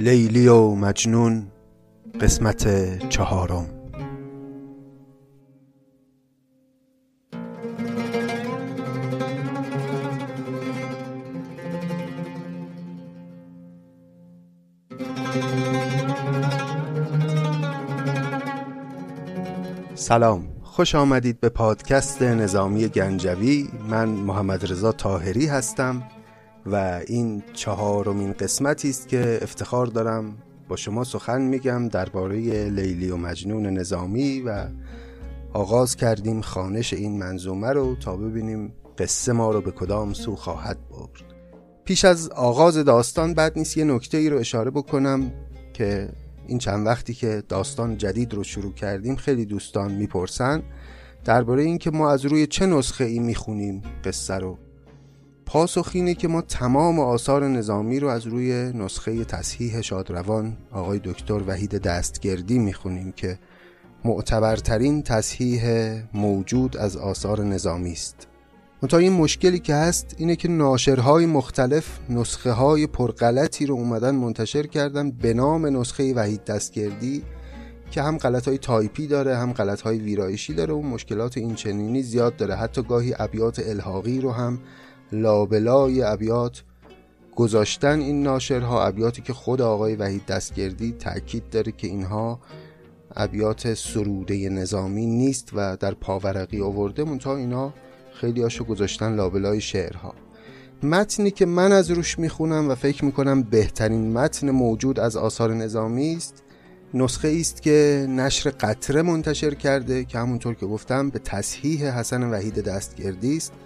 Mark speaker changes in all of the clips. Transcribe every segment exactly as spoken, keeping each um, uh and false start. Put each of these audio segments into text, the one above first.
Speaker 1: لیلی و مجنون قسمت چهارم. سلام، خوش آمدید به پادکست نظامی گنجوی. من محمد رضا طاهری هستم و این چهارمین قسمتی است که افتخار دارم با شما سخن میگم درباره لیلی و مجنون نظامی و آغاز کردیم خوانش این منظومه رو تا ببینیم قصه ما رو به کدام سو خواهد برد. پیش از آغاز داستان بد نیست یه نکته ای رو اشاره بکنم که این چند وقتی که داستان جدید رو شروع کردیم خیلی دوستان میپرسن درباره این که ما از روی چه نسخه ای میخونیم قصه رو. پاسخ اینه که ما تمام آثار نظامی رو از روی نسخه تصحیح شادروان آقای دکتر وحید دستگردی میخونیم که معتبرترین تصحیح موجود از آثار نظامی است. منتها این مشکلی که هست اینه که ناشرهای مختلف نسخه های پرغلطی رو اومدن منتشر کردن به نام نسخه وحید دستگردی که هم غلطهای تایپی داره هم غلطهای ویرایشی داره و مشکلات این چنینی زیاد داره. حتی گاهی ابیات الحاقی رو هم لابلای ابیات گذاشتن این ناشرها، ابیاتی که خود آقای وحید دستگردی تأکید داره که اینها ابیات سروده نظامی نیست و در پاورقی آورده، منتها اینا خیلی هاشو گذاشتن لابلای شعرها. متنی که من از روش میخونم و فکر میکنم بهترین متن موجود از آثار نظامی است نسخه است که نشر قطره منتشر کرده که همونطور که گفتم به تصحیح حسن وحید دستگردی است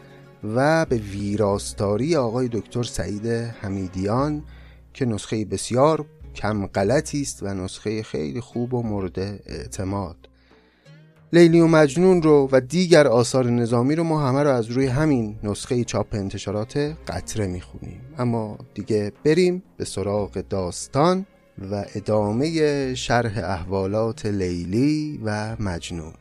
Speaker 1: و به ویراستاری آقای دکتر سعید حمیدیان که نسخه بسیار کم غلطی است و نسخه خیلی خوب و مورد اعتماد. لیلی و مجنون رو و دیگر آثار نظامی رو ما همه رو از روی همین نسخه چاپ انتشارات قطره میخونیم. اما دیگه بریم به سراغ داستان و ادامه شرح احوالات لیلی و مجنون.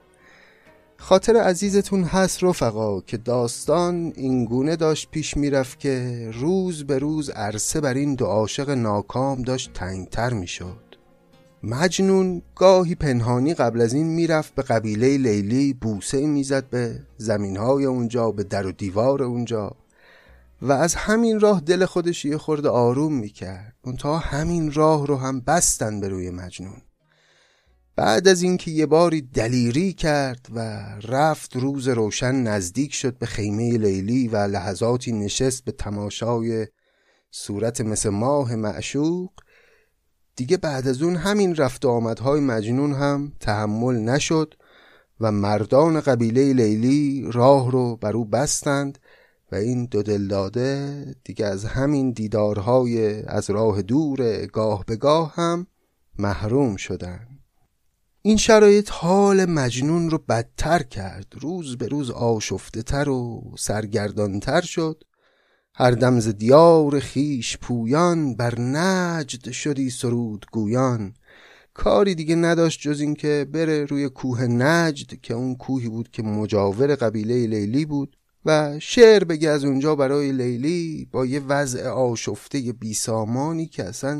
Speaker 1: خاطر عزیزتون هست رفقا که داستان اینگونه داشت پیش میرفت که روز به روز عرصه بر این دو عاشق ناکام داشت تنگتر میشد. مجنون گاهی پنهانی قبل از این میرفت به قبیله لیلی بوسه میزد به زمینهای اونجا، به در و دیوار اونجا و از همین راه دل خودش یه خورده آروم میکرد. منتها همین راه رو هم بستن به روی مجنون. بعد از اینکه یه باری دلیری کرد و رفت روز روشن نزدیک شد به خیمه لیلی و لحظاتی نشست به تماشای صورت مثل ماه معشوق، دیگه بعد از اون همین رفت و آمدهای مجنون هم تحمل نشد و مردان قبیله لیلی راه رو بر او بستند و این دو دلداده دیگه از همین دیدارهای از راه دور گاه به گاه هم محروم شدند. این شرایط حال مجنون رو بدتر کرد. روز به روز آشفته تر و سرگردان تر شد. هر دم ز دیار خیش پویان بر نجد شدی سرود گویان. کاری دیگه نداشت جز این که بره روی کوه نجد که اون کوهی بود که مجاور قبیله لیلی بود و شعر بگه از اونجا برای لیلی با یه وضع آشفته بیسامانی که اصلا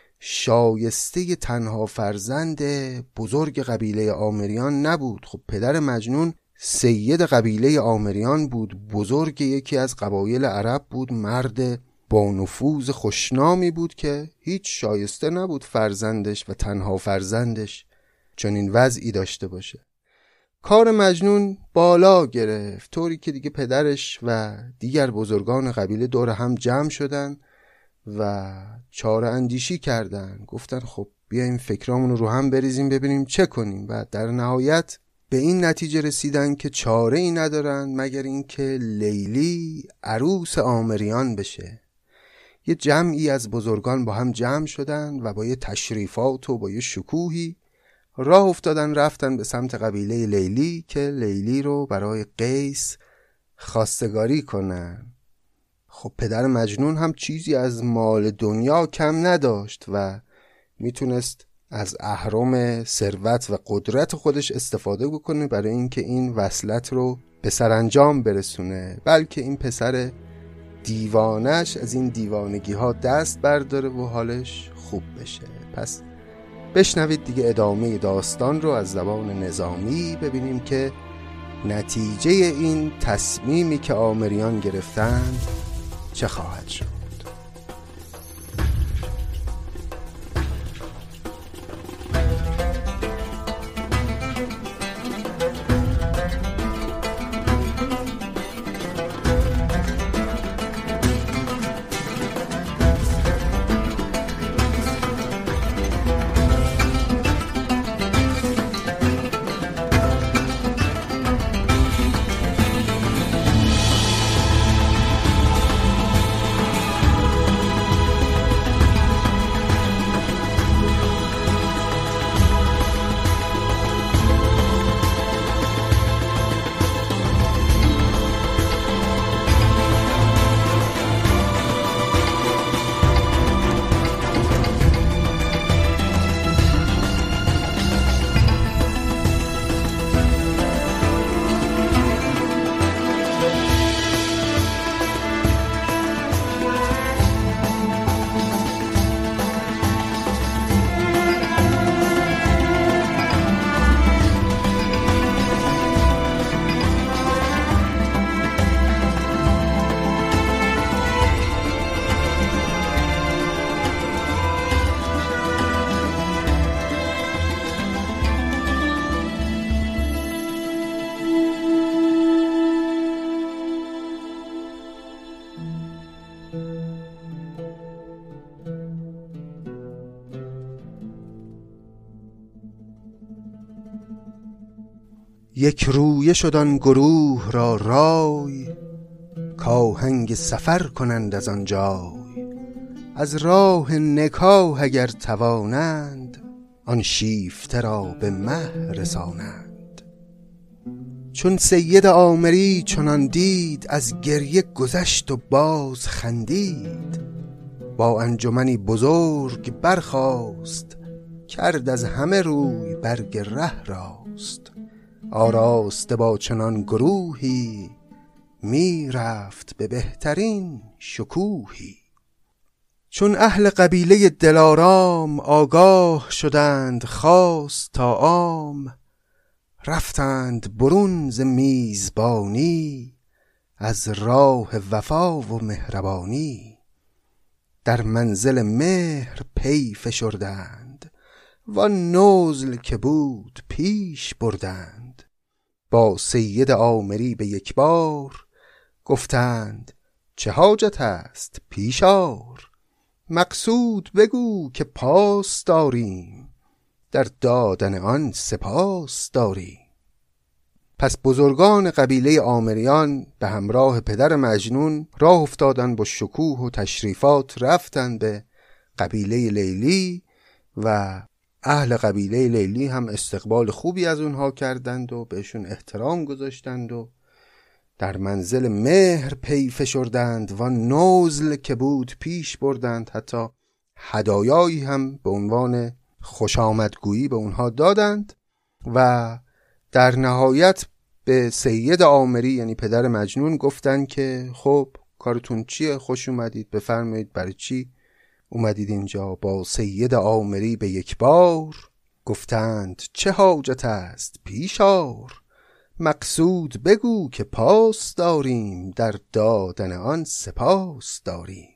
Speaker 1: شایسته تنها فرزند بزرگ قبیله آمریان نبود. خب پدر مجنون سید قبیله آمریان بود، بزرگ یکی از قبایل عرب بود، مرد با نفوذ خوشنامی بود که هیچ شایسته نبود فرزندش و تنها فرزندش چنین وضعی داشته باشه. کار مجنون بالا گرفت طوری که دیگه پدرش و دیگر بزرگان قبیله دور هم جمع شدن و چاره اندیشی کردن. گفتن خب بیایم فکرامون رو هم بریزیم ببینیم چه کنیم و در نهایت به این نتیجه رسیدن که چاره ای ندارن مگر این که لیلی عروس آمریان بشه. یه جمعی از بزرگان با هم جمع شدن و با یه تشریفات و با یه شکوهی راه افتادن رفتن به سمت قبیله لیلی که لیلی رو برای قیس خواستگاری کنن. خب پدر مجنون هم چیزی از مال دنیا کم نداشت و میتونست از اهرم ثروت و قدرت خودش استفاده بکنه برای اینکه این وصلت رو به سرانجام برسونه. بلکه این پسر دیوانش از این دیوانگی ها دست برداره و حالش خوب بشه. پس بشنوید دیگه ادامه داستان رو از زبان نظامی، ببینیم که نتیجه این تصمیمی که آمریان گرفتند چه خواهد شد. یک رویه شد آن گروه را رای، کآهنگ سفر کنند از آن جای. از راه نکاح اگر توانند، آن شیفته را به مه رسانند. چون سید آمری چنان دید، از گریه گذشت و باز خندید. با انجمنی بزرگ برخاست، کرد از همه روی برگ ره راست. آراسته با چنان گروهی، می رفت به بهترین شکوهی. چون اهل قبیله دلارام آگاه شدند خاص تا عام، رفتند برون ز میزبانی، از راه وفا و مهربانی. در منزل مهر پی فشردند، وان نزل که بود پیش بردند. با سید آمری به یک بار، گفتند چه حاجت است پیش آر. مقصود بگو که پاس داریم، در دادن آن سپاس داریم. پس بزرگان قبیله آمریان به همراه پدر مجنون راه افتادند، با شکوه و تشریفات رفتند به قبیله لیلی و اهل قبیله لیلی هم استقبال خوبی از اونها کردند و بهشون احترام گذاشتند و در منزل مهر پی فشردند و نزل که بود پیش بردند. حتی هدایایی هم به عنوان خوش آمدگویی به اونها دادند و در نهایت به سید آمری یعنی پدر مجنون گفتند که خب کارتون چیه؟ خوش اومدید، بفرمایید برای چی اومدید اینجا؟ با سید آمری به یک بار گفتند چه حاجت است پیش آر. مقصود بگو که پاس داریم، در دادن آن سپاس داریم.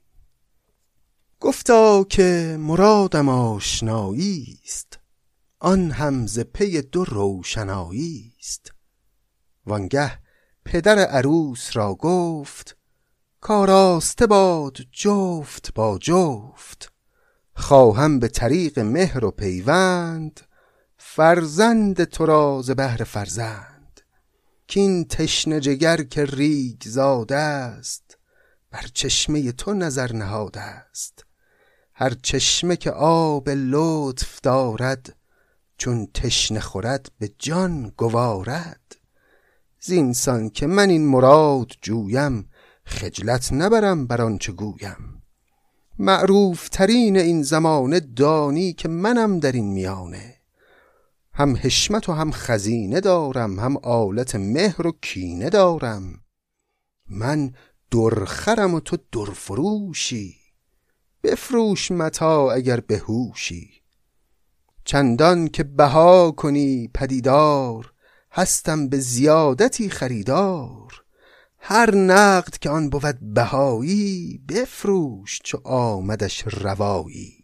Speaker 1: گفتا که مرادم آشنایی است، آن هم ز پی دو روشنایی است. وانگه پدر عروس را گفت، کاراسته باد جفت با جفت. خواهم به طریق مهر و پیوند، فرزند تو را ز بهر فرزند. کین تشنه جگر که ریگ زاده است، بر چشمه تو نظر نهاده است. هر چشمه که آب لطف دارد، چون تشنه خورد به جان گوارد. زینسان که من این مراد جویم، خجلت نبرم بر آنچه گویم. معروف ترین این زمانه دانی، که منم در این میانه. هم حشمت و هم خزینه دارم، هم آلت مهر و کینه دارم. من درخرم و تو درفروشی، بفروش متاع اگر بهوشی. چندان که بها کنی پدیدار، هستم به زیادتی خریدار. هر نقد که آن بود بهایی، بفروش چو آمدش روایی.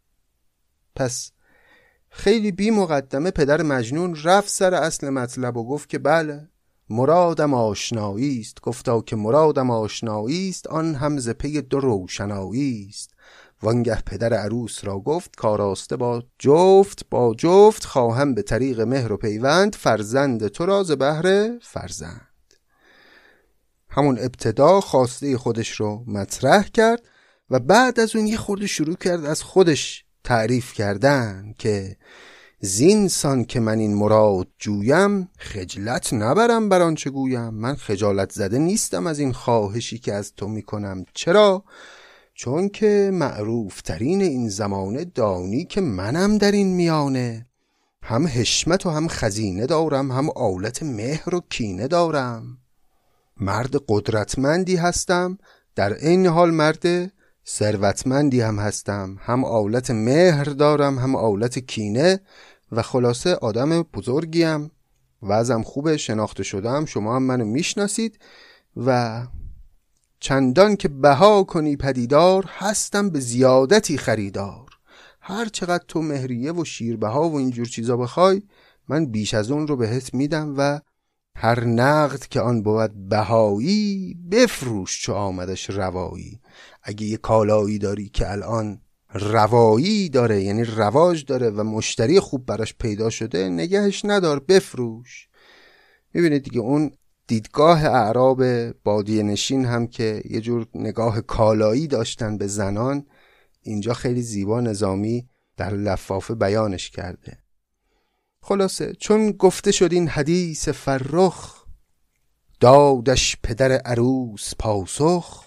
Speaker 1: پس خیلی بی مقدمه پدر مجنون رفت سر اصل مطلب و گفت که بله مرادم آشنایی است. گفتا که مرادم آشنایی است، آن هم ز پی دو روشنایی است. وانگه پدر عروس را گفت کاراسته با جفت با جفت، خواهم به طریق مهر و پیوند، فرزند تو را ز بهر فرزند. همون ابتدا خواسته خودش رو مطرح کرد و بعد از اون یه خورده شروع کرد از خودش تعریف کردن که زینسان که من این مراد جویم، خجلت نبرم بر آنچه گویم. من خجالت زده نیستم از این خواهشی که از تو میکنم. چرا؟ چون که معروف ترین این زمانه دانی که منم در این میانه. هم حشمت و هم خزینه دارم، هم آلت مهر و کینه دارم. مرد قدرتمندی هستم، در این حال مرد ثروتمندی هم هستم. هم آلت مهر دارم، هم آلت کینه، و خلاصه آدم بزرگیم، وضعم خوبه، شناخته شدم، شما هم منو میشناسید. و چندان که بها کنی پدیدار، هستم به زیادتی خریدار. هر چقدر تو مهریه و شیربها و اینجور چیزا بخوای، من بیش از اون رو بهت میدم. و هر نقد که آن بود بهایی، بفروش چو آمدش روایی. اگه یه کالایی داری که الان روایی داره، یعنی رواج داره و مشتری خوب براش پیدا شده، نگهش ندار، بفروش. میبینید دیگه اون دیدگاه اعراب بادیه نشین هم که یه جور نگاه کالایی داشتن به زنان، اینجا خیلی زیبا نظامی در لفافه بیانش کرده. خلاصه چون گفته شد این حدیث فرخ، دادش پدر عروس پاسخ.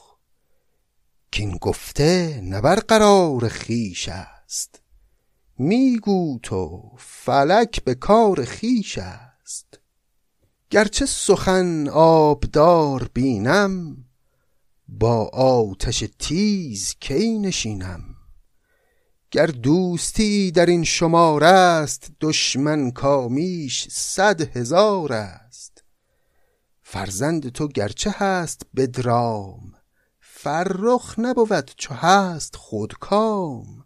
Speaker 1: کین گفته نه بر قرار خویش است، میگو تو فلک به کار خویش است. گرچه سخن آبدار بینم، با آتش تیز کی نشینم. گر دوستی در این شمار است، دشمن کامیش صد هزار است. فرزند تو گرچه هست بدرام، فرخ نبود چو هست خودکام.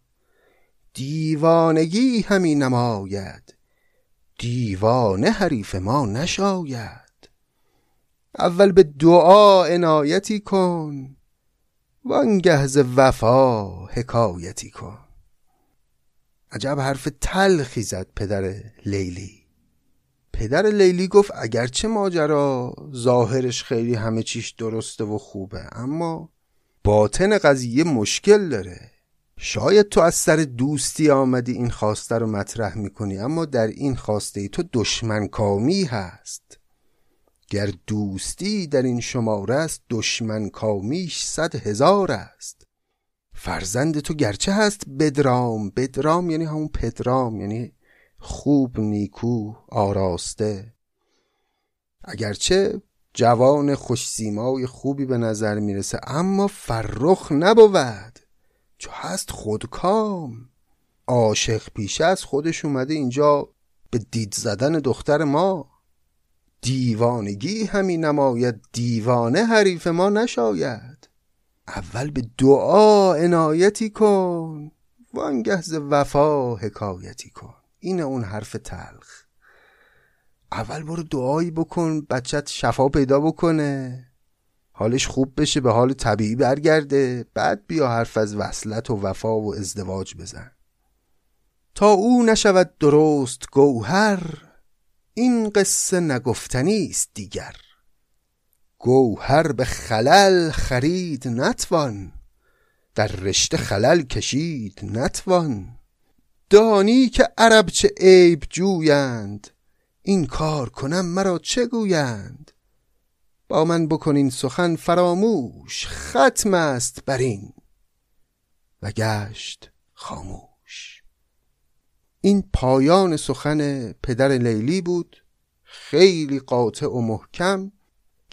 Speaker 1: دیوانگی همی نماید، دیوانه حریف ما نشاید. اول به دعا عنایتی کن، وانگه ز وفا حکایتی کن. عجب حرف تلخی زد پدر لیلی. پدر لیلی گفت اگرچه ماجرا ظاهرش خیلی همه چیش درسته و خوبه، اما باطن قضیه مشکل داره. شاید تو از سر دوستی آمدی این خواسته رو مطرح میکنی، اما در این خواسته تو دشمن کامی هست. گر دوستی در این شماره است، دشمن کامیش صد هزار است. فرزند تو گرچه هست بدرام، بدرام یعنی همون پدرام، یعنی خوب، نیکو، آراسته. اگرچه جوان خوش سیمای خوبی به نظر میرسه، اما فرخ نبود چو هست خودکام. عاشق پیشه از خودش اومده اینجا به دید زدن دختر ما. دیوانگی همی نماید، دیوانه حریف ما نشاید. اول به دعا عنایتی کن، وانگه ز وفا حکایتی کن. اینه اون حرف تلخ. اول برو دعایی بکن بچت شفا پیدا بکنه، حالش خوب بشه، به حال طبیعی برگرده، بعد بیا حرف از وصلت و وفا و ازدواج بزن. تا او نشود درست گوهر، این قصه نگفتنی است دیگر. گوهر به خلل خرید نتوان، در رشته خلل کشید نتوان. دانی که عرب چه عیب جویند، این کار کنم مرا چه گویند. با من بکنین سخن فراموش، ختم است بر این و گشت خاموش. این پایان سخن پدر لیلی بود، خیلی قاطع و محکم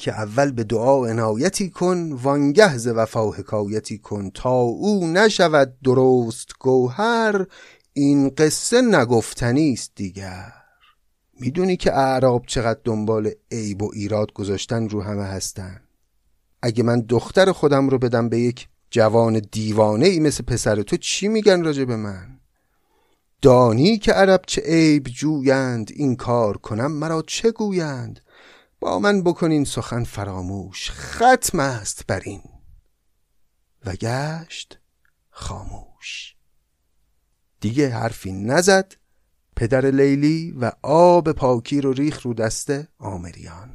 Speaker 1: که اول به دعا عنایتی کن، وانگه ز وفا حکایتی کن. تا او نشود درست گوهر، این قصه نگفتنی است دیگر. میدونی که اعراب چقدر دنبال عیب و ایراد گذاشتن رو همه هستن. اگه من دختر خودم رو بدم به یک جوان دیوانه ای مثل پسر تو، چی میگن راجع به من؟ دانی که عرب چه عیب جویند، این کار کنم مرا چه گویند. با من بکنین سخن فراموش، ختم است بر این. و گشت خاموش. دیگه حرفی نزد پدر لیلی و آب پاکی رو ریخ رو دست آمریان.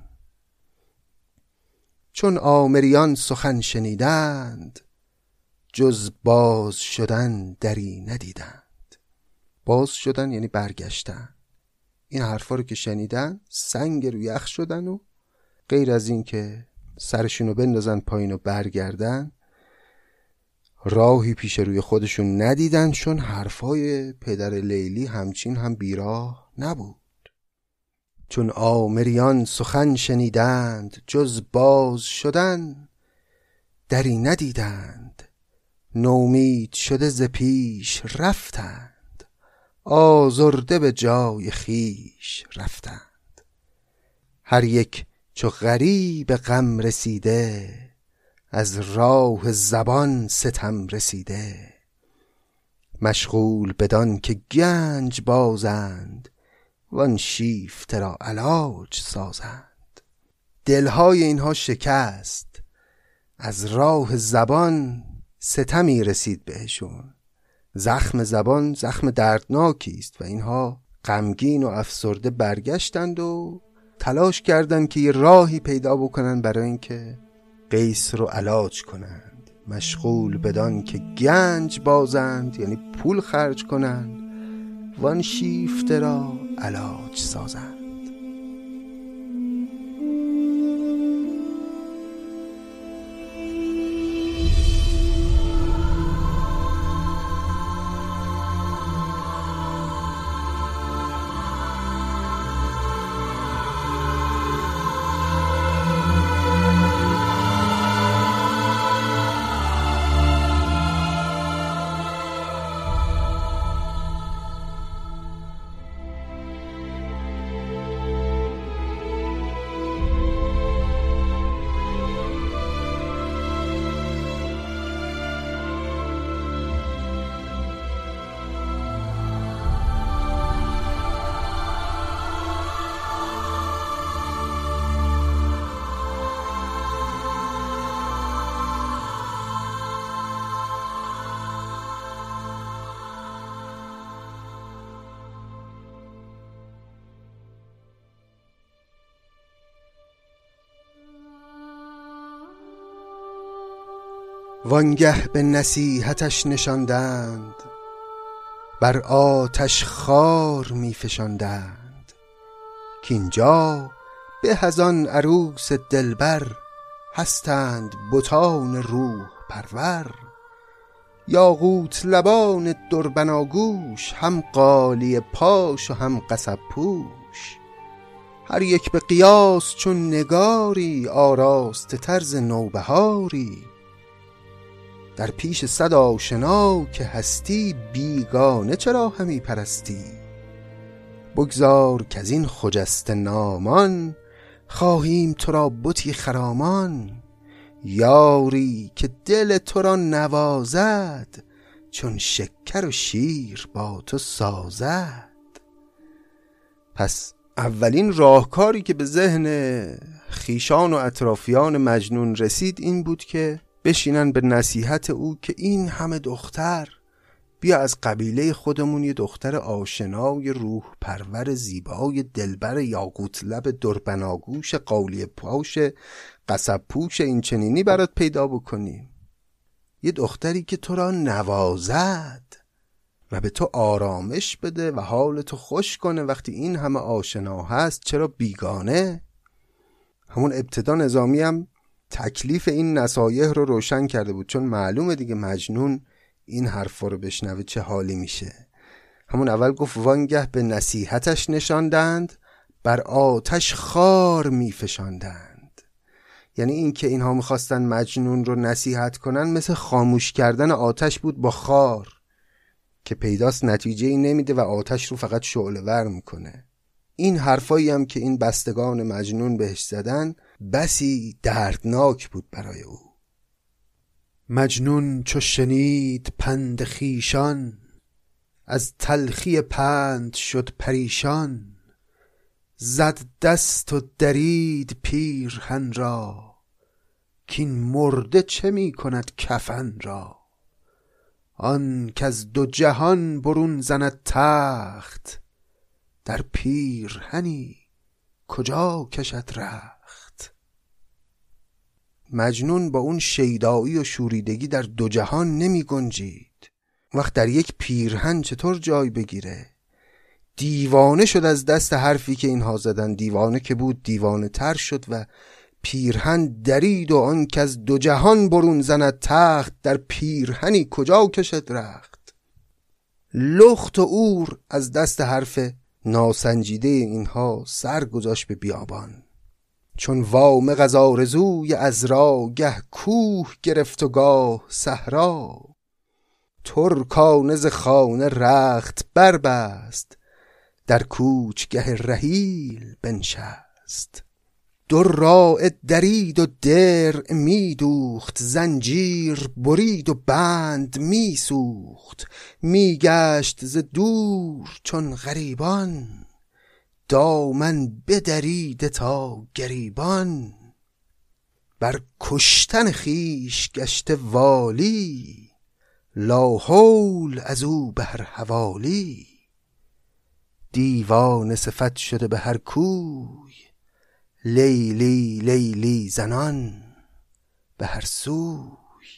Speaker 1: چون آمریان سخن شنیدند، جز باز شدن دری ندیدند. باز شدن یعنی برگشتن. این حرفا رو که شنیدن سنگ رو یخ شدن و غیر از این که سرشونو بندازن پایین و برگردن، راهی پیش روی خودشون ندیدن، چون حرفای پدر لیلی همچین هم بیراه نبود. چون آمریان سخن شنیدند، جز باز شدن دری ندیدند. نومید شده ز پیش رفتند، آزرده به جای خیش رفتند. هر یک چو غریب غم رسیده، از راه زبان ستم رسیده. مشغول بدان که گنج بازند، وان شیفته را علاج سازند. دلهای اینها شکست، از راه زبان ستمی رسید بهشون. زخم زبان زخم دردناکی است و اینها غمگین و افسرده برگشتند و تلاش کردند که یه راهی پیدا بکنن برای اینکه قیس رو علاج کنند. مشغول بدان که گنج بازند یعنی پول خرج کنند، وان شیفته را علاج سازند. وانگه به نصیحتش نشاندند، بر آتش خار می فشاندند. که اینجا به از آن عروس دلبر، هستند بتان روح پرور. یاقوت لبان دربناگوش، هم قالی پاش و هم قصب پوش. هر یک به قیاس چون نگاری، آراسته طرز نوبهاری. در پیش صد آشنا که هستی، بیگانه چرا همی پرستی. بگذار که از این خجسته نامان، خواهیم تو را بتی خرامان. یاری که دل تو را نوازد، چون شکر و شیر با تو سازد. پس اولین راهکاری که به ذهن خیشان و اطرافیان مجنون رسید این بود که بشینن به نصیحت او که این همه دختر، بیا از قبیله خودمون یه دختر آشنای روح پرور زیبای دلبر یاقوت لب دربناگوش قالی پاش قصب پوش این چنینی برات پیدا بکنیم. یه دختری که تو را نوازد و به تو آرامش بده و حال تو خوش کنه. وقتی این همه آشنا هست چرا بیگانه؟ همون ابتدا نظامی هم تکلیف این نصایح رو روشن کرده بود، چون معلومه دیگه مجنون این حرفا رو بشنوه چه حالی میشه. همون اول گفت وانگه به نصیحتش نشاندند، بر آتش خار میفشاندند. یعنی این که اینها میخواستن مجنون رو نصیحت کنن مثل خاموش کردن آتش بود با خار که پیداست نتیجه ای نمیده و آتش رو فقط شعله ور میکنه. این حرفایی هم که این بستگان مجنون بهش زدن بسی دردناک بود برای او. مجنون چو شنید پند خویشان، از تلخی پند شد پریشان. زد دست و درید پیرهن را، کین مرده چه می کند کفن را. آن کز دو جهان برون زند تخت، در پیرهنی کجا کشد رخت. مجنون با اون شیدایی و شوریدگی در دو جهان نمی گنجید. وقت در یک پیرهن چطور جای بگیره؟ دیوانه شد از دست حرفی که اینها زدن. دیوانه که بود دیوانه تر شد و پیرهن درید و آن که از دو جهان برون زند تخت، در پیرهنی کجا کشد رخت. لخت و اور از دست حرف ناسنجیده اینها سر گذاشت به بیابان. چون وامق از آرزوی عذرا، گه کوه گرفت و گاه صحرا. ترکانه ز خانه رخت بربست، در کوچگه رحیل بنشست. دو راع درید و درع می دوخت، زنجیر برید و بند می سوخت. می گشت ز دور چون غریبان، دامن بدریده تا گریبان. بر کشتن خویش گشته والی، لا حول از او به هر حوالی. دیوانه صفت شده به هر کوی، لیلی لیلی زنان به هر سوی.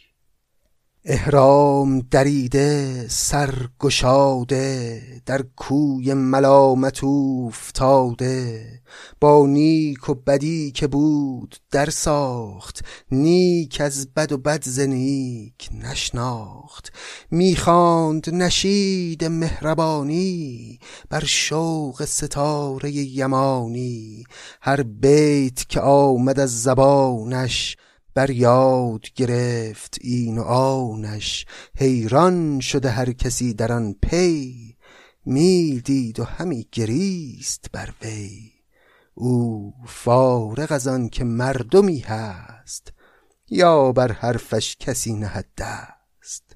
Speaker 1: احرام دریده سر گشاده، در کوی ملامت اوفتاده. با نیک و بدی که بود در ساخت، نیک از بد و بد ز نیک نشناخت. میخواند نشید مهربانی، بر شوق ستاره یمانی. هر بیت که آمد از زبانش، بر یاد گرفت این و آنش. حیران شده هر کسی در آن پی، می دید و همی گریست بر وی. او فارغ از آن که مردمی هست، یا بر حرفش کسی نهد دست.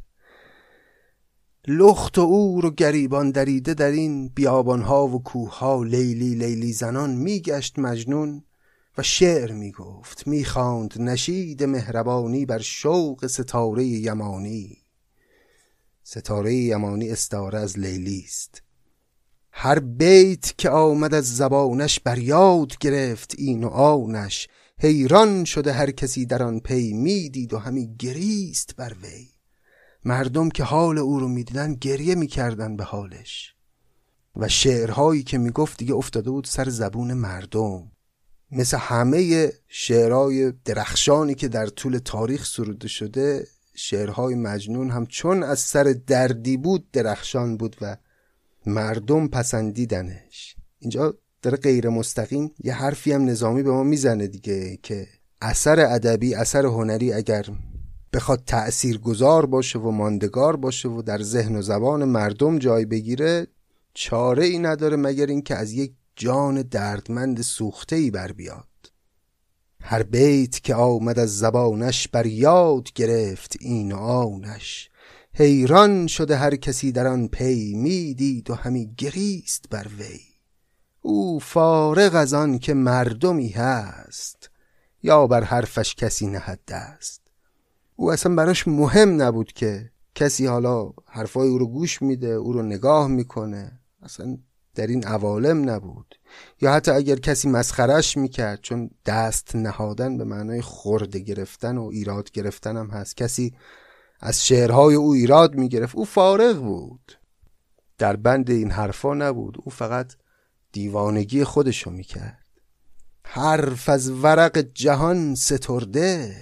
Speaker 1: لخت و اور و گریبان دریده در این بیابانها و کوهها لیلی لیلی زنان میگشت مجنون و شعر میگفت، میخواند نشید مهربانی بر شوق ستاره یمانی. ستاره یمانی استعاره از لیلی است. هر بیت که آمد از زبانش، بر یاد گرفت این و آنش. حیران شده هر کسی در آن پی، میدید و همی گریست بر وی. مردم که حال او رو میدیدن گریه میکردن به حالش و شعرهایی که میگفت دیگه افتاده بود سر زبون مردم. مثل همه شعرهای درخشانی که در طول تاریخ سروده شده، شعرهای مجنون هم چون از سر دردی بود درخشان بود و مردم پسندیدنش. اینجا داره غیر مستقیم یه حرفی هم نظامی به ما میزنه دیگه که اثر ادبی، اثر هنری اگر بخواد تأثیر گذار باشه و ماندگار باشه و در ذهن و زبان مردم جای بگیره، چاره ای نداره مگر این که از یک جان دردمند سوخته‌ای بر بیاد. هر بیت که آمد از زبانش، بر یاد گرفت این و آنش. حیران شده هر کسی در آن پی، می دید و همی گریست بر وی. او فارغ از آن که مردمی هست، یا بر حرفش کسی نهد دست. او اصلا براش مهم نبود که کسی حالا حرفای او رو گوش میده، او رو نگاه میکنه، اصلا در این عوالم نبود. یا حتی اگر کسی مسخرش میکرد، چون دست نهادن به معنای خورده گرفتن و ایراد گرفتن هم هست، کسی از شعرهای او ایراد میگرفت، او فارغ بود، در بند این حرفا نبود. او فقط دیوانگی خودشو میکرد. حرف از ورق جهان سترده،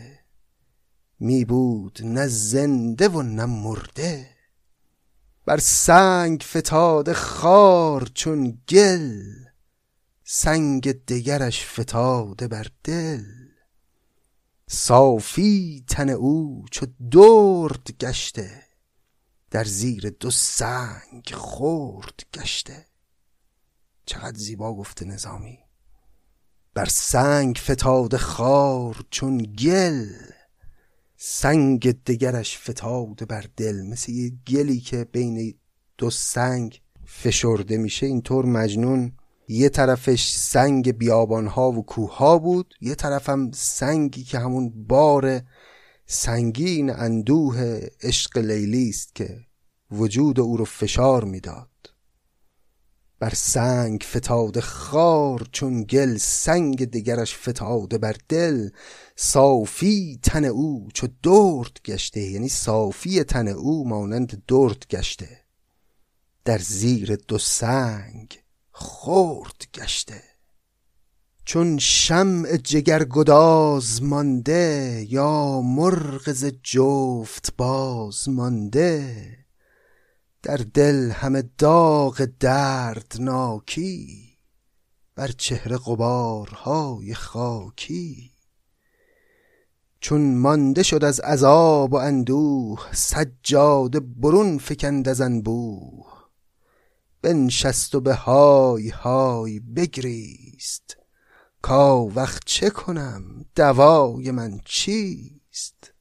Speaker 1: می بود نه زنده و نه مرده. بر سنگ فتاده خار چون گل، سنگ دگرش فتاده بر دل. صافی تن او چو درد گشته، در زیر دو سنگ خرد گشته. چقدر زیبا گفته نظامی. بر سنگ فتاده خار چون گل، سنگ دگرش فتاده بر دل. مثل یه گلی که بین دو سنگ فشرده میشه، اینطور مجنون یه طرفش سنگ بیابانها و کوهها بود، یه طرفم سنگی که همون بار سنگین اندوه عشق لیلی است که وجود او رو فشار میداد. بر سنگ فتاده خار چون گل، سنگ دگرش فتاده بر دل. صافی تن او چو درد گشته، یعنی صافی تن او مانند درد گشته، در زیر دو سنگ خرد گشته. چون شمع جگر گداز مانده، یا مرغ ز جفت باز مانده. در دل همه داغ دردناکی، بر چهره غبارهای خاکی. چون مانده شد از عذاب و اندوه، سجاده برون فکند از انبوه. بنشست و به های های بگریست، کاوخ چه کنم دوای من چیست.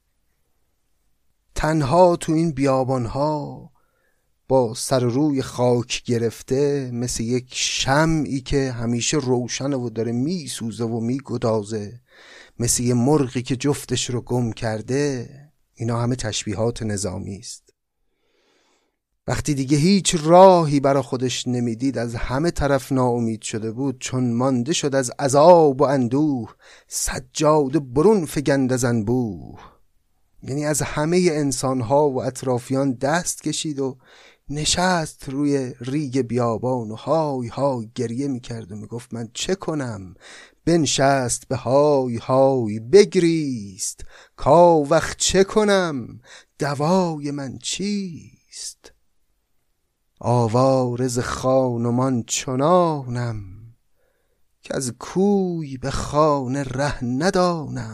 Speaker 1: تنها تو این بیابانها با سر روی خاک گرفته، مثل یک شمعی که همیشه روشنه و داره می سوزه و می گدازه، مثل یه مرغی که جفتش رو گم کرده. اینا همه تشبیهات نظامی است. وقتی دیگه هیچ راهی برا خودش نمیدید، از همه طرف ناامید شده بود، چون مانده شد از عذاب و اندوه، سجاده برون فگند از انبوه. یعنی از همه انسانها و اطرافیان دست کشید و نشست روی ریگ بیابان و های های گریه میکرد و میگفت من چه کنم. بنشست به های های بگریست، کاوخ چه کنم دوای من چیست. آواره ز خانمان چنانم، که از کوی به خانه ره ندانم.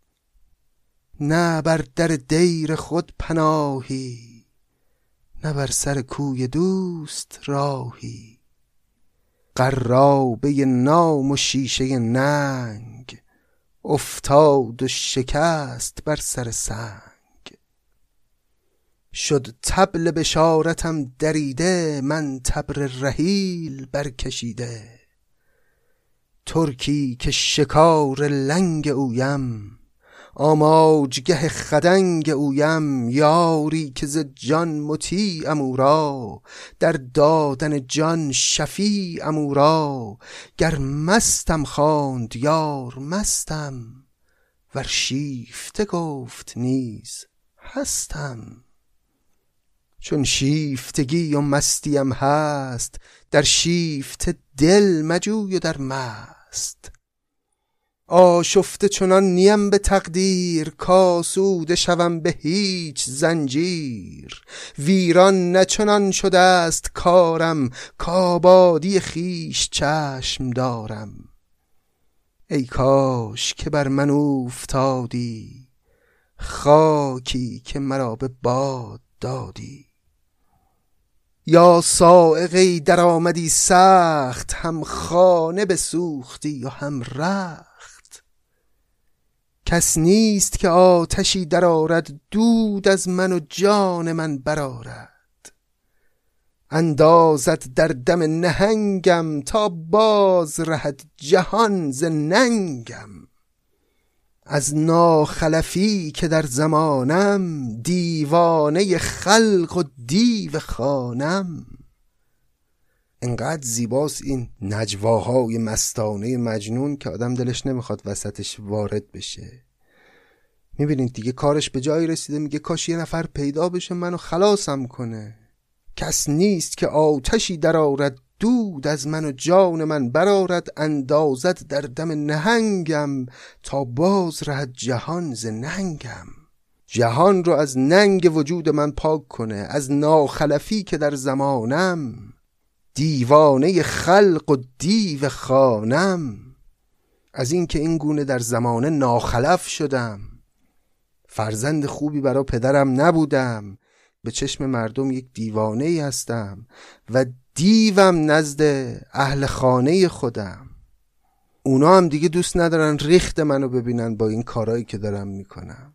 Speaker 1: نه بر در دیر خود پناهی، نه بر سر کوی دوست راهی. قرابه نام و شیشه ننگ، افتاد و شکست بر سر سنگ. شد طبل بشارتم دریده، من طبر رحیل برکشیده. ترکی که شکار لنگ اویم، آماجگه خدنگ اویم. یاری که ز جان مطیعم او را، در دادن جان شفیعم او را. گر مستم خواند یار مستم، ور شیفته گفت نیز هستم. چون شیفتگی و مستیم هست، در شیفته دل مجوی و در مست. آشفته چنان نیم به تقدیر، کاسوده شوم به هیچ زنجیر. ویران نه چنان شده است کارم، کآبادی خویش چشم دارم. ای کاش که بر من اوفتادی، خاکی که مرا به باد دادی. یا صاعقه در آمدی سخت، هم خانه بسوختی و هم رخت. کس نیست که آتشی در آرد، دود از من و جان من برآرد. اندازد در دم نهنگم، تا باز رهد جهان ز ننگم. از ناخلفی که در زمانم، دیوانه خلق و دیو خانم. انقدر زیباست این نجواهای مستانه مجنون که آدم دلش نمیخواد وسطش وارد بشه. میبینید دیگه کارش به جایی رسیده، میگه کاش یه نفر پیدا بشه منو خلاصم کنه. کس نیست که آتشی در آرد، دود از من و جان من برآرد. اندازد در دم نهنگم، تا باز رهد جهان ز ننگم. جهان رو از ننگ وجود من پاک کنه، از ناخلفی که در زمانم. دیوانه خلق و دیو خانم. از این که این گونه در زمانه ناخلف شدم، فرزند خوبی برای پدرم نبودم، به چشم مردم یک دیوانه ای هستم و دیوم نزد اهل خانه خودم. اونا هم دیگه دوست ندارن ریخت منو ببینن با این کارایی که دارم میکنم.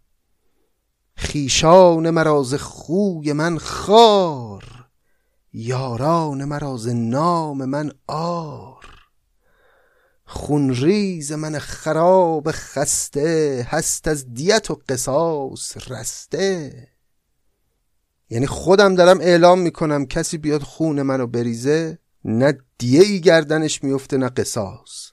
Speaker 1: خیشان مراز خوی من خار، یاران مراز نام من آر. خونریز من خراب خسته، هست از دیت و قصاص رسته. یعنی خودم دارم اعلام میکنم کسی بیاد خون منو بریزه، نه دیه ای گردنش میفته نه قصاص.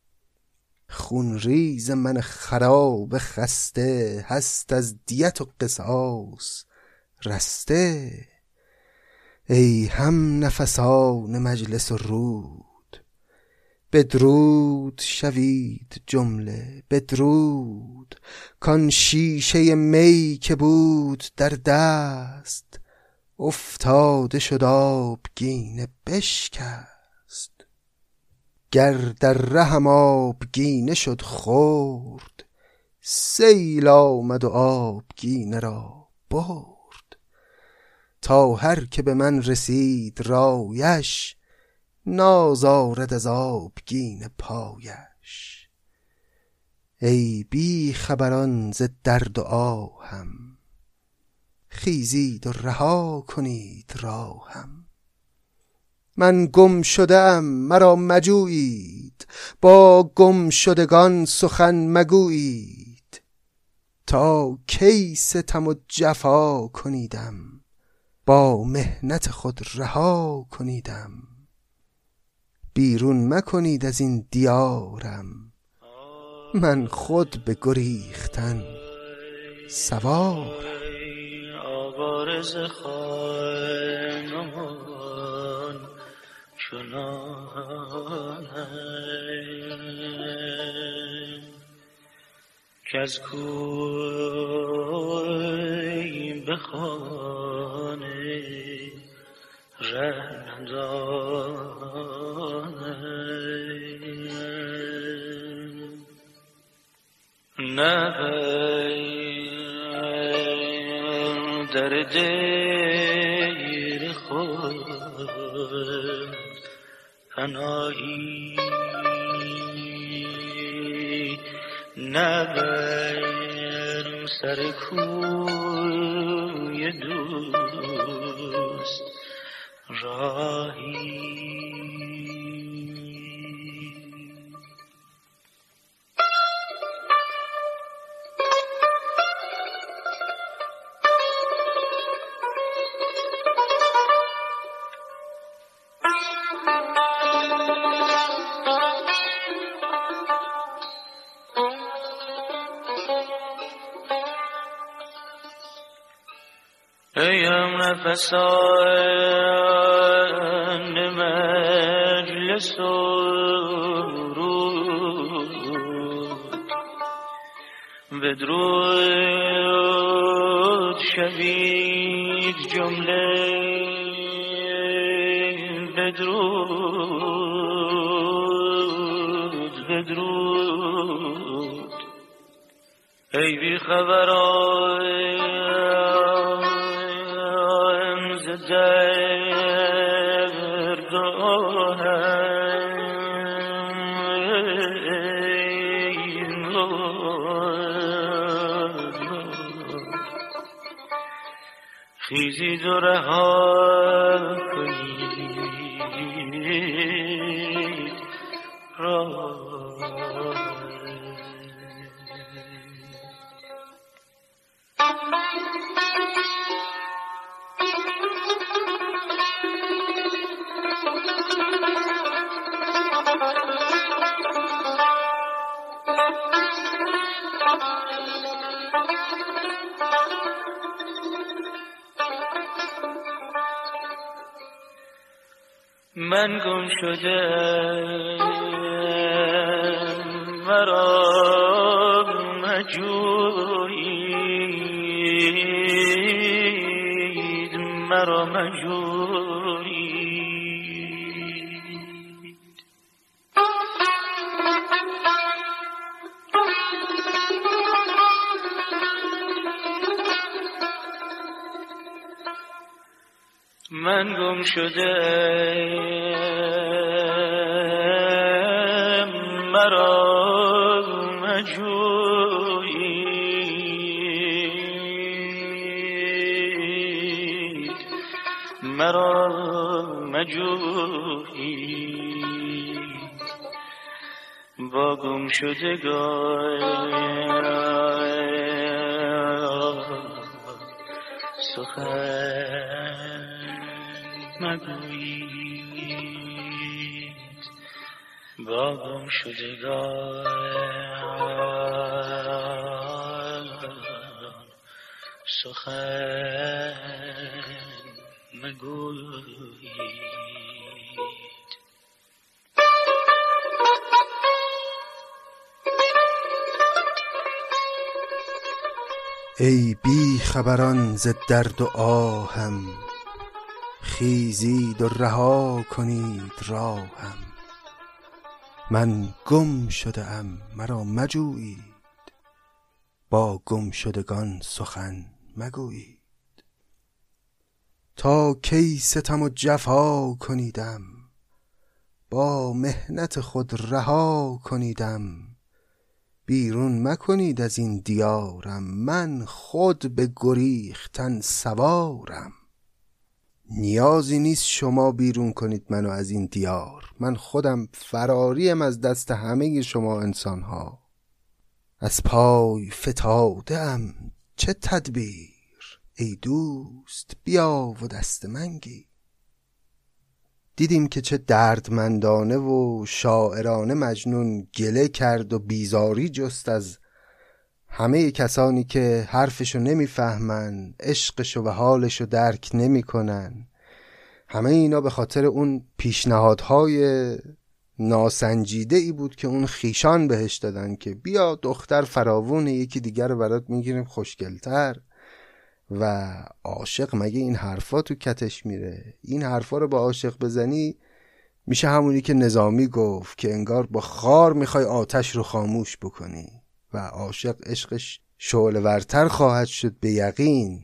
Speaker 1: خونریز من خراب خسته، هست از دیت و قصاص رسته. ای هم نفسان مجلس و رود، بدرود شوید جمله بدرود. کان شیشه می که بود در دست، افتاده شد آبگینه بشکست. گر در رهم آبگینه شد خورد، سیل آمد و آبگینه را برد. تا هر که به من رسید رایش، نازارد از آبگینه پایش. ای بی خبران ز درد و آهم، خیزید و رها کنید راهم. من گم شدم مرا مجویید، با گم شدگان سخن مگویید. تا کی ستم و جفا کنیدم، با محنت خود رها کنیدم. بیرون مکنید از این دیارم، من خود به گریختن سوارم.
Speaker 2: آوارز خانمان چنانم که از کوی به خانه ره ندانم. نه در دیر خود پناهی، نه بر سر کوی دوست راهی. ایم نفسان مجلس و رود، بدرود شوید جمله بدرود بدرود. ای بی خبران ز درد و خیزید و رها کنید راه. من گم شدم مرا مجویید، مرا مجویید. من گم شده مرا مجویید مرا مجویید با گم شدگان سخن مگویید با گم شدگان سخن مگویید.
Speaker 1: ای بی خبران ز درد و آهم، خیزید و رها کنید راهم. من گم شده ام مرا مجویید، با گم شدگان سخن مگویید. تا کی ستم و جفا کنیدم، با محنت خود رها کنیدم. بیرون مکنید از این دیارم، من خود به گریختن سوارم. نیازی نیست شما بیرون کنید منو از این دیار، من خودم فراریم از دست همه شما انسانها. از پای فتاده ام چه تدبیر، ای دوست بیا و دست من گیر. دیدیم که چه دردمندانه و شاعرانه مجنون گله کرد و بیزاری جست از همه کسانی که حرفشو نمیفهمن، عشقشو و حالشو درک نمیکنن. همه اینا به خاطر اون پیشنهادهای ناسنجیده ای بود که اون خیشان بهش دادن که بیا دختر فراوونه، یکی دیگر رو برات میگیریم خوشگلتر. و عاشق مگه این حرفا تو کتش میره؟ این حرفا رو با عاشق بزنی میشه همونی که نظامی گفت که انگار با خار میخوای آتش رو خاموش بکنی. و عاشق عشقش شعله ورتر خواهد شد به یقین.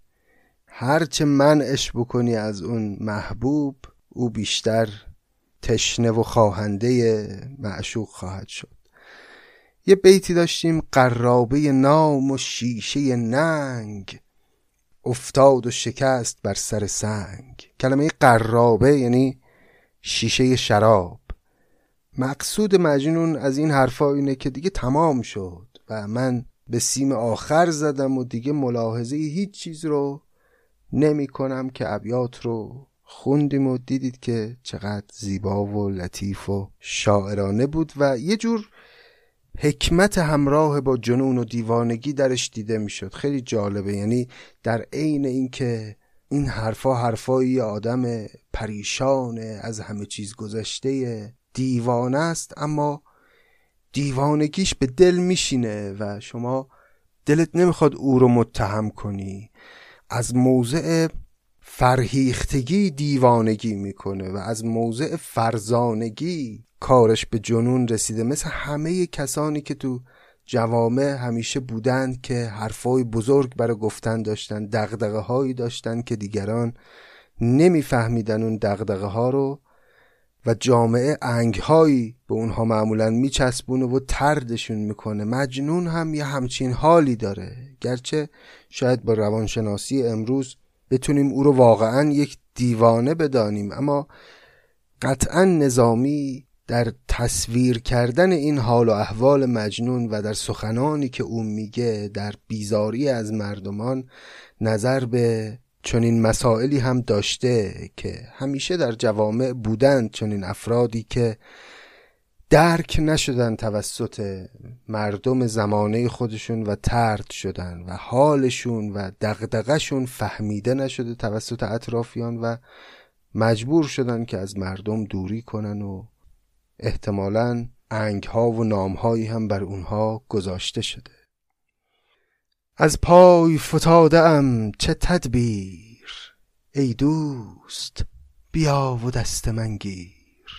Speaker 1: هرچه منعش بکنی از اون محبوب، او بیشتر تشنه و خواهنده معشوق خواهد شد. یه بیتی داشتیم: قرابه نام و شیشه ننگ، افتاد و شکست بر سر سنگ. کلمه قرابه یعنی شیشه شراب. مقصود مجنون از این حرفا اینه که دیگه تمام شد و من به سیم آخر زدم و دیگه ملاحظه هیچ چیز رو نمی کنم. که ابیات رو خوندیم و دیدید که چقدر زیبا و لطیف و شاعرانه بود و یه جور حکمت همراه با جنون و دیوانگی درش دیده میشد. خیلی جالبه. یعنی در عین این که این حرفا حرفای آدم پریشانه، از همه چیز گذشته، دیوانه است، اما دیوانگیش به دل میشینه و شما دلت نمیخواد او رو متهم کنی. از موضع فرهیختگی دیوانگی میکنه و از موضع فرزانگی کارش به جنون رسیده. مثل همه کسانی که تو جوامع همیشه بودند که حرفای بزرگ برای گفتن داشتن، دغدغه هایی داشتن که دیگران نمیفهمیدن اون دغدغه ها رو و جامعه انگ هایی به اونها معمولا میچسبونه و طردشون میکنه. مجنون هم یه همچین حالی داره، گرچه شاید با روانشناسی امروز بتونیم او رو واقعا یک دیوانه بدانیم، اما قطعا نظامی در تصویر کردن این حال و احوال مجنون و در سخنانی که او میگه در بیزاری از مردمان نظر به چنین مسائلی هم داشته که همیشه در جوامع بودند چنین افرادی که درک نشدن توسط مردم زمانه خودشون و طرد شدن و حالشون و دغدغه‌شون فهمیده نشده توسط اطرافیان و مجبور شدن که از مردم دوری کنن و احتمالاً انگ‌ها و نام‌هایی هم بر اونها گذاشته شده. از پای فتاده ام چه تدبیر، ای دوست بیا و دست من گیر.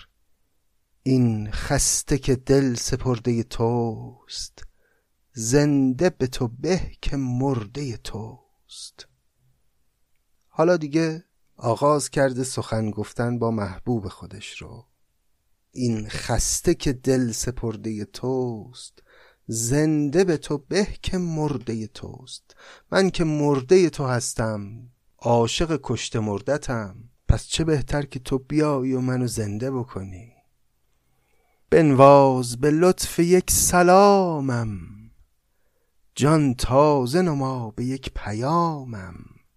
Speaker 1: این خسته که دل سپرده توست، زنده به تو به که مرده توست. حالا دیگه آغاز کرده سخن گفتن با محبوب خودش رو. این خسته که دل سپرده توست، زنده به تو به که مرده توست. من که مرده تو هستم، عاشق کشته مردتم، پس چه بهتر که تو بیایی و منو زنده بکنی. بنواز به لطف یک سلامم، جان تازه نما به یک پیامم.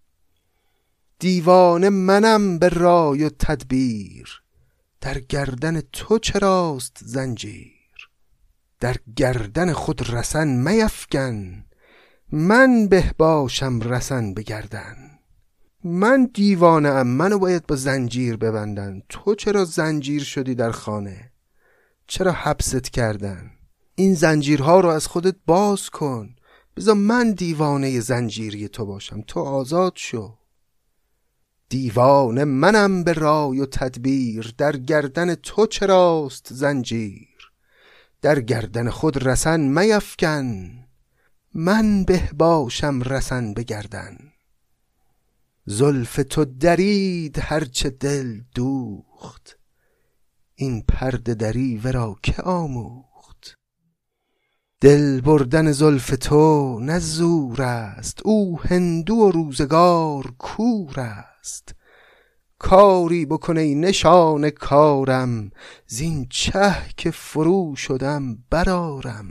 Speaker 1: دیوانه منم به رای و تدبیر، در گردن تو چراست زنجیر. در گردن خود رسن میفکن، من به باشم رسن به گردن. من دیوانه ام، منو باید با زنجیر ببندن. تو چرا زنجیر شدی در خانه؟ چرا حبست کردن؟ این زنجیرها رو از خودت باز کن. بذار من دیوانه زنجیری تو باشم، تو آزاد شو. دیوانه منم به رای و تدبیر، در گردن تو چراست زنجیر. در گردن خود رسن میفکن، من به باشم رسن به گردن. زلف تو درید هرچه دل دوخت، این پرده دری ورا که آموخت. دل بردن زلف تو نه زور است، او هندو و روزگار کور است. کاری بکنه نشان کارم، زین چه که فرو شدم برارم.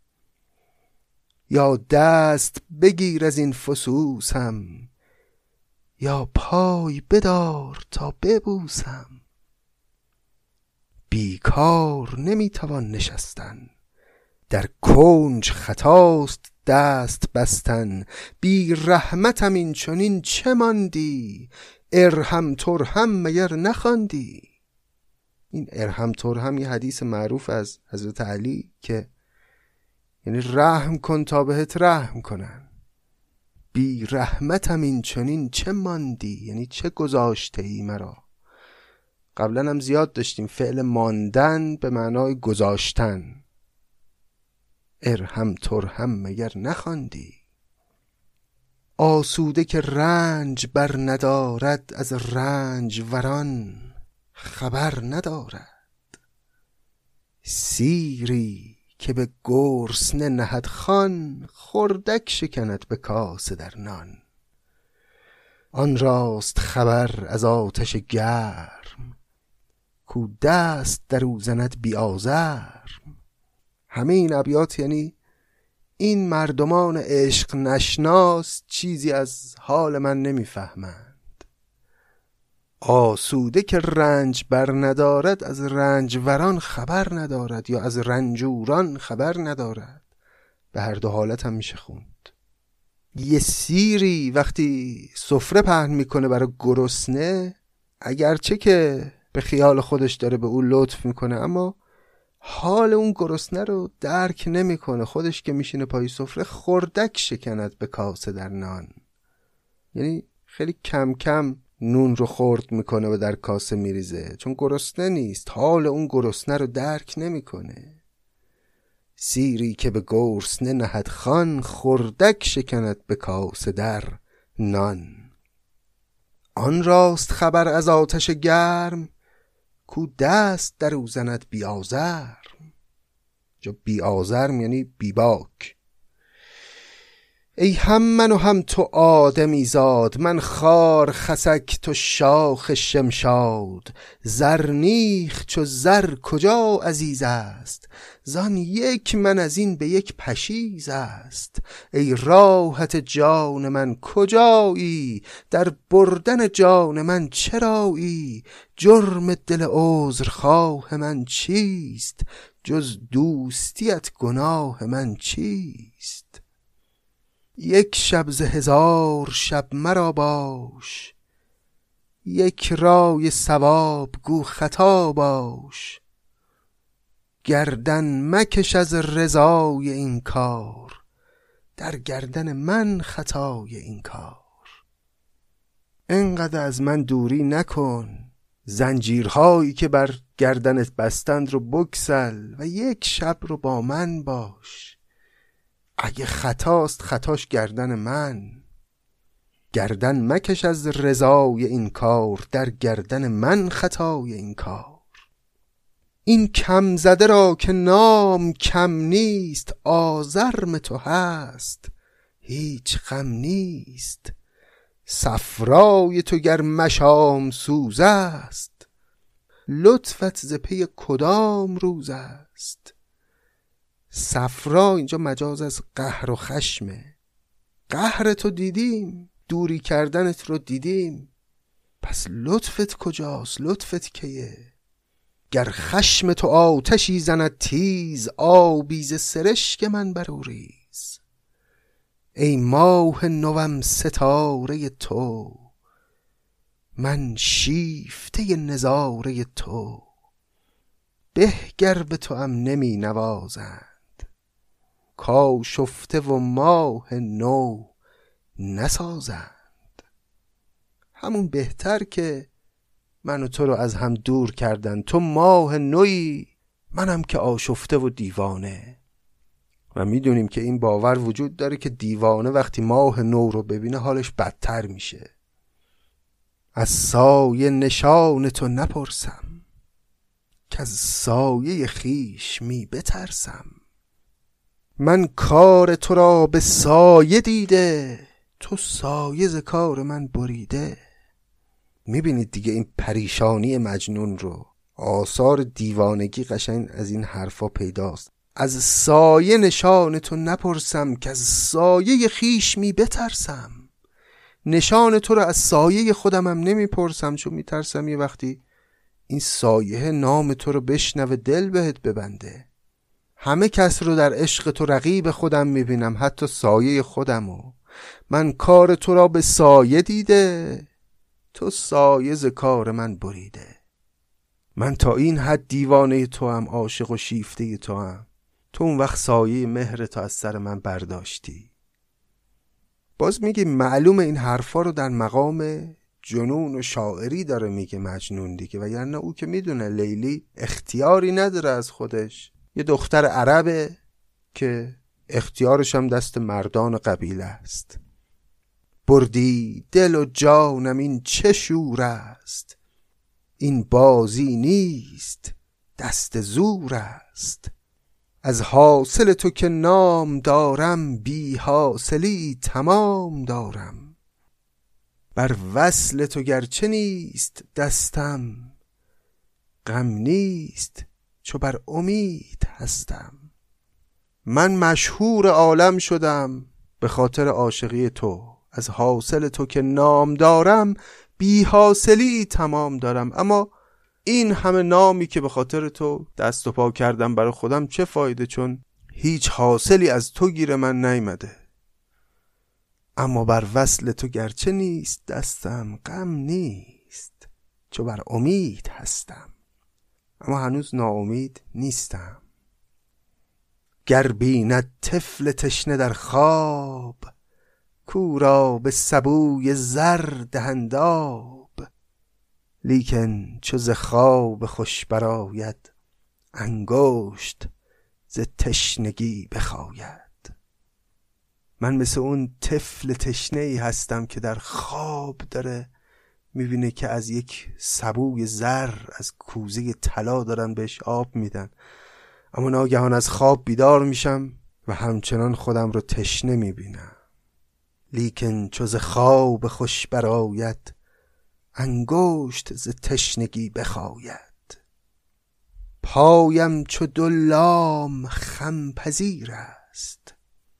Speaker 1: یا دست بگیر از این فسوسم، یا پای بدار تا ببوسم. بیکار نمیتوان نشستن، در کنج خطاست دست بستن. بی رحمتم این چنین چه ماندی، ارحم ترحم مگر نخواندی؟ این ارحم ترحم یه حدیث معروف از حضرت علی که یعنی رحم کن تا بهت رحم کنن. بی رحمتم این چنین چه ماندی، یعنی چه گذاشته ای مرا. قبلا هم زیاد داشتیم فعل ماندن به معنای گذاشتن. ارحم ترحم مگر نخواندی؟ آسوده که رنج بر ندارد، از رنج وران خبر ندارد. سیری که به گرسنه نهد خوان، خردک شکند به کاسه در نان. آن راست خبر از آتش گرم، کو دست در او زند بی آزرم. همه این ابیات یعنی این مردمان عشق نشناس چیزی از حال من نمیفهمند. آسوده که رنج بر ندارد، از رنجوران خبر ندارد یا از رنجوران خبر ندارد. به هر دو حالت هم میشه خوند. یه سیری وقتی سفره پهن میکنه برای گرسنه، اگرچه که به خیال خودش داره به اون لطف میکنه، اما حال اون گرسنه رو درک نمیکنه. خودش که میشینه پای سفره خردک شکند به کاسه در نان، یعنی خیلی کم کم نون رو خرد میکنه و در کاسه میریزه، چون گرسنه نیست. حال اون گرسنه رو درک نمیکنه. سیری که به گرسنه نهد خوان، خردک شکند به کاسه در نان. آن راست خبر از آتش گرم، کو دست در او زند بی آزرم. جا بی آزرم یعنی بی باک. ای هم من و هم تو آدمی زاد، من خار خسک تو شاخ شمشاد. زرنیخ چو زر کجا عزیز است، زان یک من از این به یک پشیز است. ای راحت جان من کجایی، در بردن جان من چرایی. جرم دل عذرخواه من چیست، جز دوستیت گناه من چیست. یک شب ز هزار شب مرا باش، یک رای ثواب گو خطا باش. گردن مکش از رضای این کار، در گردن من خطای این کار. اینقدر از من دوری نکن، زنجیرهایی که بر گردنت بستند رو بگسل و یک شب رو با من باش. اگه خطاست خطاش گردن من. گردن مکش از رضای این کار، در گردن من خطای این کار. این کم زده را که نام کم نیست، آزرم تو هست هیچ غم نیست. صفرای تو گر مشام سوز است، لطفت ز پی کدام روز است. صفرا اینجا مجاز از قهر و خشمه. قهر تو دیدیم، دوری کردنت رو دیدیم، پس لطفت کجاست؟ لطفت کیه؟ گر خشم تو آتشی زند تیز، آبی ز سرشک من بر او ریز. ای ماه نوم ستاره تو، من شیفته نظاره تو. به گر به تو ام نمی نوازند، کاشفته و ماه نو نسازند. همون بهتر که من و تو رو از هم دور کردن. تو ماه نوی، منم که آشفته و دیوانه. و میدونیم که این باور وجود داره که دیوانه وقتی ماه نو رو ببینه حالش بدتر میشه. از سایه نشان تو نپرسم، که از سایه خیش می بترسم. من کار تو را به سایه دیده، تو سایه ز کار من بریده. میبینید دیگه این پریشانی مجنون رو، آثار دیوانگی قشنگ از این حرفا پیداست. از سایه نشان تو نپرسم، که از سایه خیش می بترسم. نشان تو رو از سایه خودم هم نمی پرسم، چون می ترسم یه وقتی این سایه نام تو رو بشنوه دل بهت ببنده. همه کس رو در عشق تو رقیب خودم می بینم، حتی سایه خودمو. من کار تو را به سایه دیده، تو سایه ز کار من بریده. من تا این حد دیوانه تو هم، عاشق و شیفته تو هم. تو اون وقت سایه مهر تو از سر من برداشتی. باز میگه معلوم این حرفا رو در مقام جنون و شاعری داره میگه مجنون دیگه. و یعنی او که میدونه لیلی اختیاری نداره از خودش، یه دختر عربه که اختیارش هم دست مردان قبیله است. بردی دل و جانم این چه شور است، این بازی نیست دست زور است. از حاصل تو که نام دارم، بی حاصلی تمام دارم. بر وصل تو گرچه نیست دستم، غم نیست چو بر امید هستم. من مشهور عالم شدم به خاطر عاشقی تو. از حاصل تو که نام دارم، بی حاصلی تمام دارم. اما این همه نامی که به خاطر تو دست و پا کردم برای خودم چه فایده، چون هیچ حاصلی از تو گیر من نیامده. اما بر وصل تو گرچه نیست دستم، غم نیست چو بر امید هستم. اما هنوز ناامید نیستم. گر بیند طفل تشنه در خواب، کورا به سبوی زر دهند آب. لیکن چو ز خواب خوش برآید، انگشت ز تشنگی بخاید. من مثل اون طفل تشنه‌ای هستم که در خواب داره میبینه که از یک سبوی زر، از کوزه طلا دارن بهش آب میدن. اما ناگهان از خواب بیدار میشم و همچنان خودم رو تشنه میبینم. لیکن چو ز خواب خوش برآید، انگشت ز تشنگی بخاید. پایم چو دو لام خم پذیر است،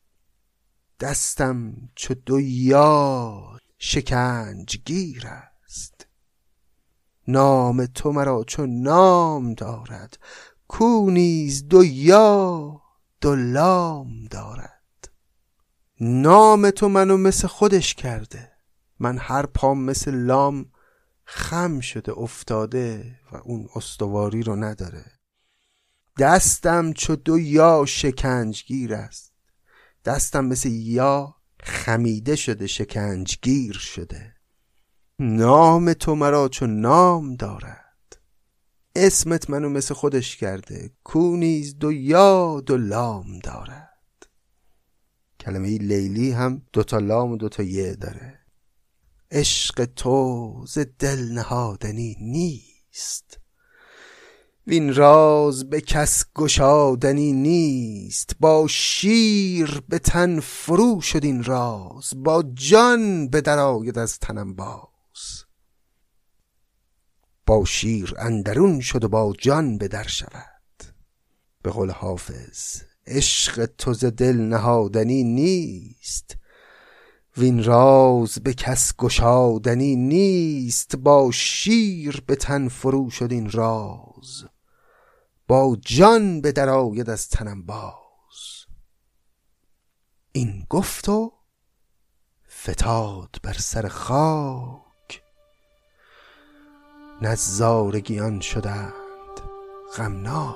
Speaker 1: دستم چو دو یار شکنج گیر است. نام تو مرا چو نام دارد، کو نیز دو یا دو لام دارد. نام تو منو مثل خودش کرده، من هر پام مثل لام خم شده افتاده و اون استواری رو نداره. دستم چو دو یا شکنجگیر است، دستم مثل یا خمیده شده، شکنجگیر شده. نام تو مرا چو نام دارد، اسمت منو مثل خودش کرده، کو نیز دو یا دو لام دارد. کلمه لیلی هم دوتا لام و دوتا یه داره. عشق تو ز دل نهادنی نیست، وین راز به کس گشادنی نیست. با شیر به تن فرو شد این راز، با جان به در آید از تنم باز. با شیر اندرون شد و با جان به در شود. به قول حافظ عشق تو ز دل نهادنی نیست، وین راز به کس گشادنی نیست. با شیر به تن فرو شد این راز، با جان به در آید از تنم باز. این گفت و فتاد بر سر خاک، نظارگیان شدند غمناک.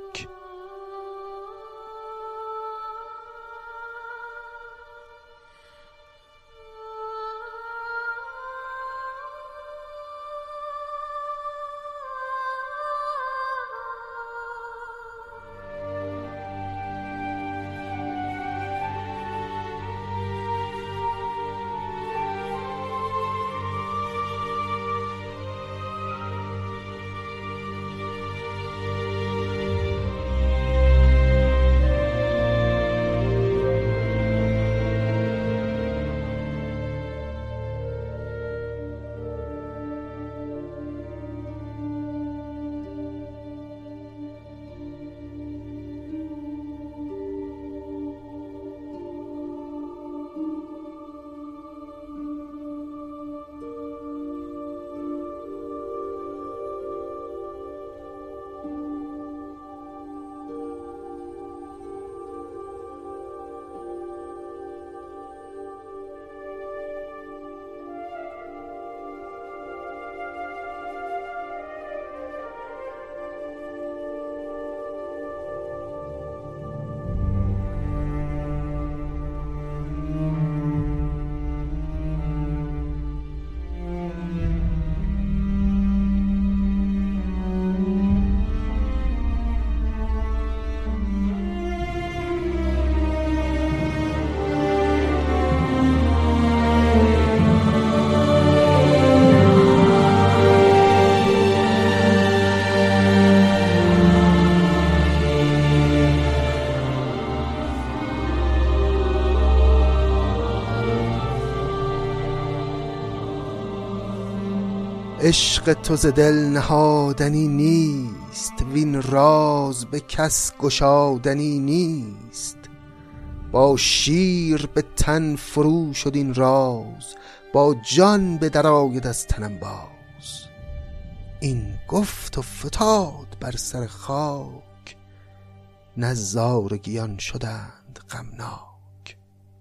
Speaker 1: عشق تو ز دل نهادنی نیست، وین راز به کس گشادنی نیست. با شیر به تن فرو شد این راز، با جان به در آید از تنم باز. این گفت و فتاد بر سر خاک، نظارگیان شدند غمناک.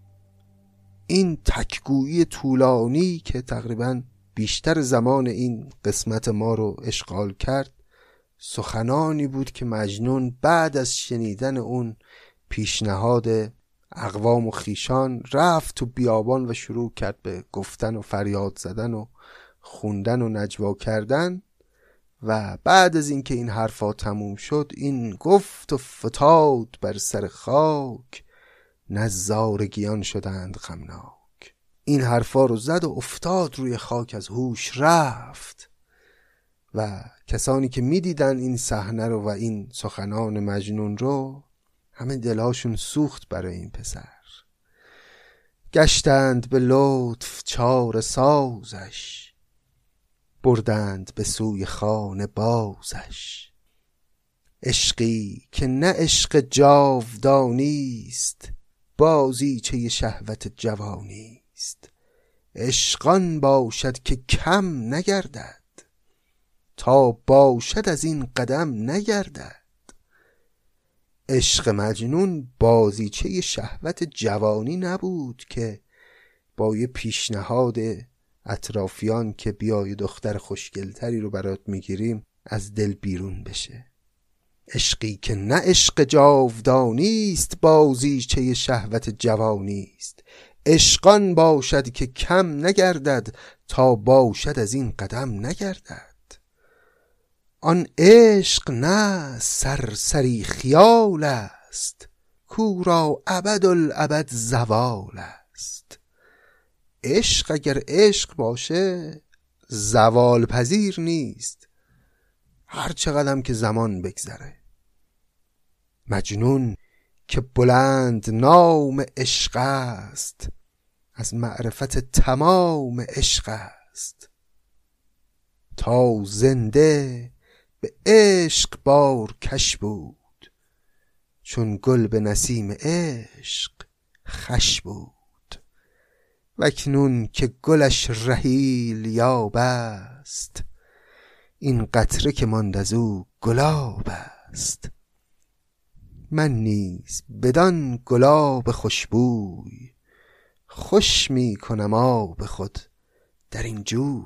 Speaker 1: این تکگویی طولانی که تقریباً بیشتر زمان این قسمت ما رو اشغال کرد، سخنانی بود که مجنون بعد از شنیدن اون پیشنهاد اقوام و خیشان رفت تو بیابان و شروع کرد به گفتن و فریاد زدن و خوندن و نجوا کردن. و بعد از اینکه این حرفا تموم شد، این گفت و فتاد بر سر خاک، نظارگیان شدند غمناک. این حرفا رو زد و افتاد روی خاک، از هوش رفت. و کسانی که می دیدن این صحنه رو و این سخنان مجنون رو، همه دلهاشون سوخت برای این پسر. گشتند به لطف چاره سازش، بردند به سوی خانه بازش. عشقی که نه عشق جاودانیست، بازیچه شهوت جوانیست. عشقان باشد که کم نگردد، تا باشد از این قدم نگردد. عشق مجنون بازیچه شهوت جوانی نبود که با یه پیشنهاد اطرافیان که بیای دختر خوشگلتری رو برات میگیریم از دل بیرون بشه. عشقی که نه عشق جاودانیست، بازیچه شهوت جوانیست. عشقان باشد که کم نگردد، تا باشد از این قدم نگردد. آن عشق نه سرسری خیال است، کو را ابدالابد زوال است. عشق اگر عشق باشه زوال پذیر نیست، هر چقدر که زمان بگذره. مجنون که بلند نام عشق است، از معرفت تمام عشق است. تا زنده به عشق بار کش بود، چون گل به نسیم عشق خوش بود. واکنون که گلش رحیل یاب است، این قطره که ماند از او گلاب است. من نیز بدان گلاب خوشبوی، خوش می کنم آب خود در این جوی.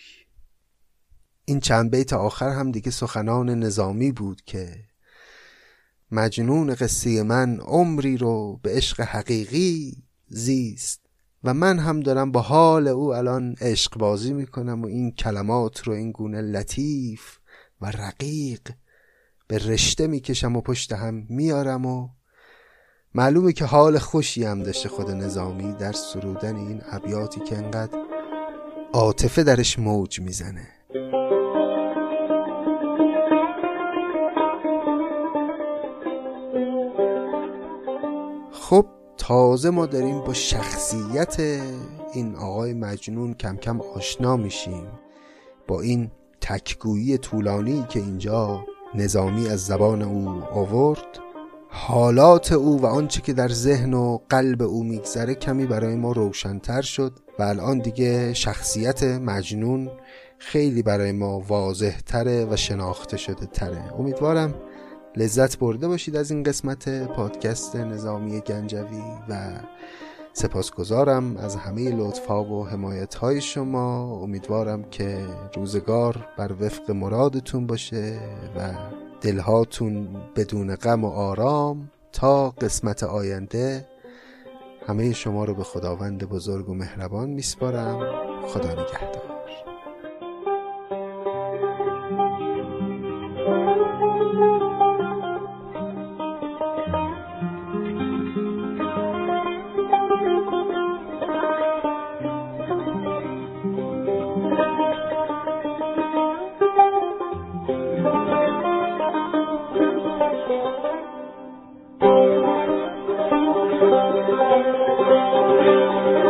Speaker 1: این چند بیت آخر هم دیگه سخنان نظامی بود که مجنون قصه من عمری رو به عشق حقیقی زیست و من هم دارم با حال او الان عشق بازی میکنم و این کلمات رو این گونه لطیف و رقیق به رشته میکشم و پشت هم میارم و معلومه که حال خوشی هم داشته خود نظامی در سرودن این ابیاتی که انقدر عاطفه درش موج میزنه. خب تازه ما داریم با شخصیت این آقای مجنون کم کم آشنا میشیم، با این تکگویی طولانی که اینجا نظامی از زبان او آورد. حالات او و آنچه که در ذهن و قلب او میگذره کمی برای ما روشن‌تر شد و الان دیگه شخصیت مجنون خیلی برای ما واضح تره و شناخته شده تره. امیدوارم لذت برده باشید از این قسمت پادکست نظامی گنجوی و سپاسگزارم از همه لطف‌ها و حمایت‌های شما. امیدوارم که روزگار بر وفق مرادتون باشه و دلهاتون بدون غم و آرام. تا قسمت آینده همه شما رو به خداوند بزرگ و مهربان میسپارم. خدا نگهدار.
Speaker 3: Thank you.